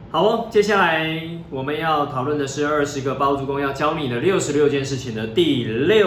好哦，接下来我们要讨论的是20个包租公要教你的66件事情的第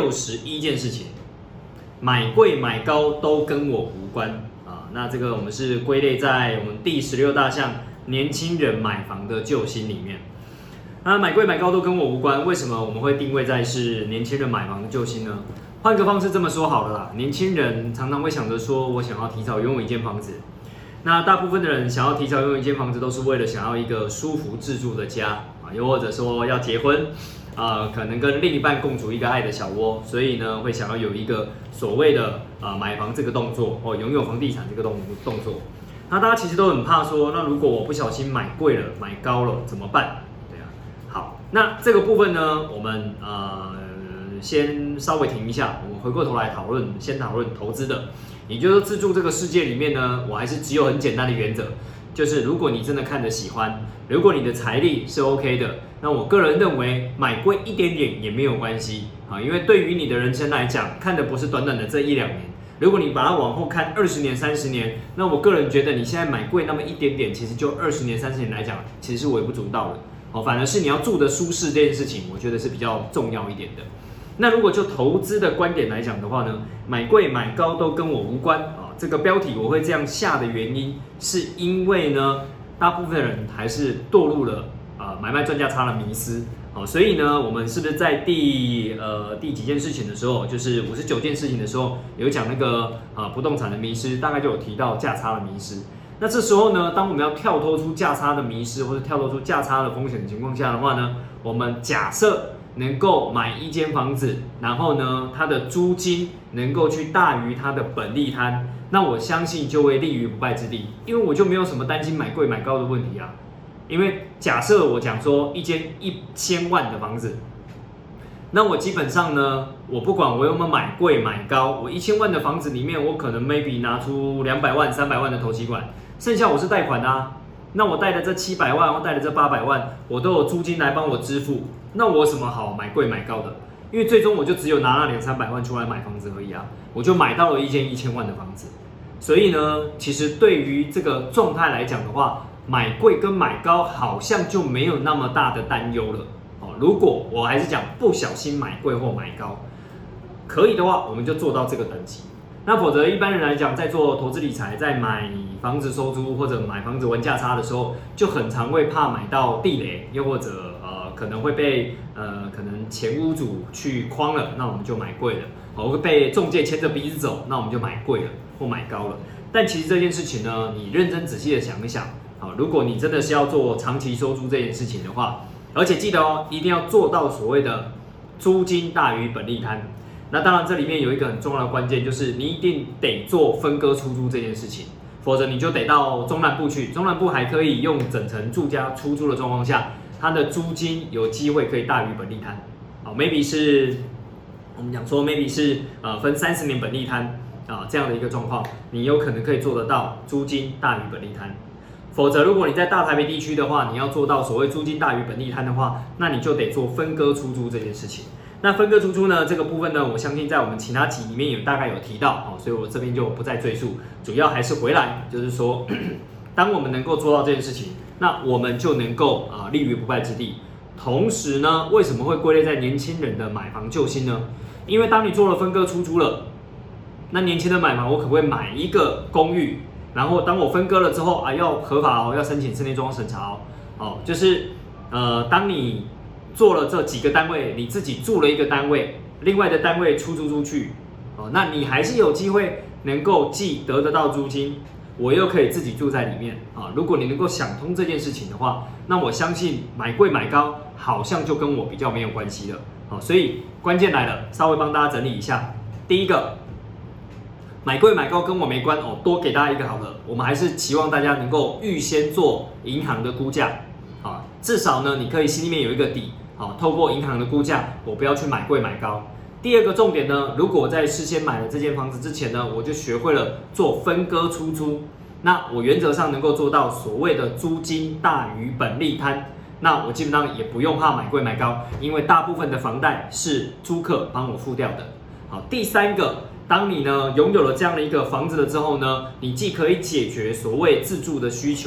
61件事情，买贵买高都跟我无关啊。那这个我们是归类在我们第16大项年轻人买房的救星里面。那买贵买高都跟我无关，为什么我们会定位在是年轻人买房的救星呢？换个方式这么说好了啦，年轻人常常会想着说，我想要提早拥有一间房子。那大部分的人想要提早拥有一间房子，都是为了想要一个舒服自住的家啊，又或者说要结婚可能跟另一半共组一个爱的小窝，所以呢会想要有一个所谓的买房这个动作拥有房地产这个动作。那大家其实都很怕说，那如果我不小心买贵了、买高了怎么办？对啊，好，那这个部分呢，我们先稍微停一下，我们回过头来先讨论投资的。也就是说，自住这个世界里面呢，我还是只有很简单的原则，就是如果你真的看得喜欢，如果你的财力是 OK 的，那我个人认为买贵一点点也没有关系啊，因为对于你的人生来讲，看的不是短短的这1-2年，如果你把它往后看20年、30年，那我个人觉得你现在买贵那么一点点，其实就20年、30年来讲，其实是微不足道的反而是你要住的舒适这件事情，我觉得是比较重要一点的。那如果就投资的观点来讲的话呢，买贵买高都跟我无关这个标题我会这样下的原因，是因为呢，大部分的人还是堕入了买卖赚价差的迷思所以呢，我们是不是在第几件事情的时候，就是59件事情的时候，有讲那个不动产的迷思，大概就有提到价差的迷思。那这时候呢，当我们要跳脱出价差的迷思，或者跳脱出价差的风险的情况下的话呢，我们假设能够买一间房子，然后呢，它的租金能够去大于它的本利摊，那我相信就会立于不败之地，因为我就没有什么担心买贵买高的问题啊。因为假设我讲说一间1000万的房子，那我基本上呢，我不管我有没有买贵买高，我1000万的房子里面，我可能 maybe 拿出200万、300万的头期款，剩下我是贷款的啊。那我贷的这700万，我贷的这800万，我都有租金来帮我支付。那我有什么好买贵买高的？因为最终我就只有拿那200-300万出来买房子而已啊，我就买到了一间1000万的房子。所以呢，其实对于这个状态来讲的话，买贵跟买高好像就没有那么大的担忧了如果我还是讲不小心买贵或买高，可以的话，我们就做到这个等级。那否则一般人来讲，在做投资理财，在买房子收租或者买房子玩价差的时候，就很常会怕买到地雷，又或者可能会被可能前屋主去诓了，那我们就买贵了；会被仲介牵着鼻子走，那我们就买贵了或买高了。但其实这件事情呢，你认真仔细的想一想如果你真的是要做长期收租这件事情的话，而且记得一定要做到所谓的租金大于本利摊。那当然，这里面有一个很重要的关键，就是你一定得做分割出租这件事情，否则你就得到中南部去。中南部还可以用整层住家出租的状况下，它的租金有机会可以大于本利摊。maybe 是我们讲说 maybe 是分30年本利摊这样的一个状况，你有可能可以做得到租金大于本利摊。否则，如果你在大台北地区的话，你要做到所谓租金大于本利摊的话，那你就得做分割出租这件事情。那分割出租呢，这个部分呢，我相信在我们其他集里面大概有提到所以我这边就不再赘述。主要还是回来，就是说，当我们能够做到这件事情，那我们就能够立于不败之地。同时呢，为什么会归类在年轻人的买房救星呢？因为当你做了分割出租了，那年轻人买房，我可不可以买一个公寓？然后当我分割了之后要合法要申请室内装潢审查就是当你做了这几个单位，你自己住了一个单位，另外的单位出租出去那你还是有机会能够既得到租金，我又可以自己住在里面如果你能够想通这件事情的话，那我相信买贵买高好像就跟我比较没有关系了所以关键来了，稍微帮大家整理一下。第一个，买贵买高跟我没关多给大家一个好了，我们还是期望大家能够预先做银行的估价至少呢，你可以心里面有一个底透过银行的估价，我不要去买贵买高。第二个重点呢，如果我在事先买了这间房子之前呢，我就学会了做分割出租，那我原则上能够做到所谓的租金大于本利摊，那我基本上也不用怕买贵买高，因为大部分的房贷是租客帮我付掉的。好，第三个，当你呢拥有了这样的一个房子了之后呢，你既可以解决所谓自住的需求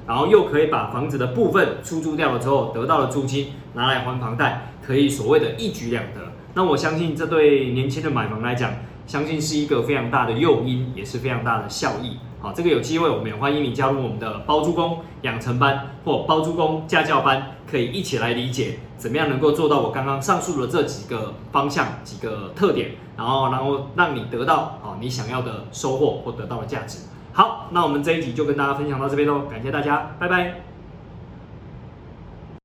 然后又可以把房子的部分出租掉了之后得到的租金拿来还房贷，可以所谓的一举两得。那我相信这对年轻人买房来讲，相信是一个非常大的诱因，也是非常大的效益。好，这个有机会我们也欢迎你加入我们的包租公养成班或包租公家教班，可以一起来理解怎么样能够做到我刚刚上述的这几个方向、几个特点，然后让你得到你想要的收获或得到的价值。好，那我们这一集就跟大家分享到这边喽，感谢大家，拜拜。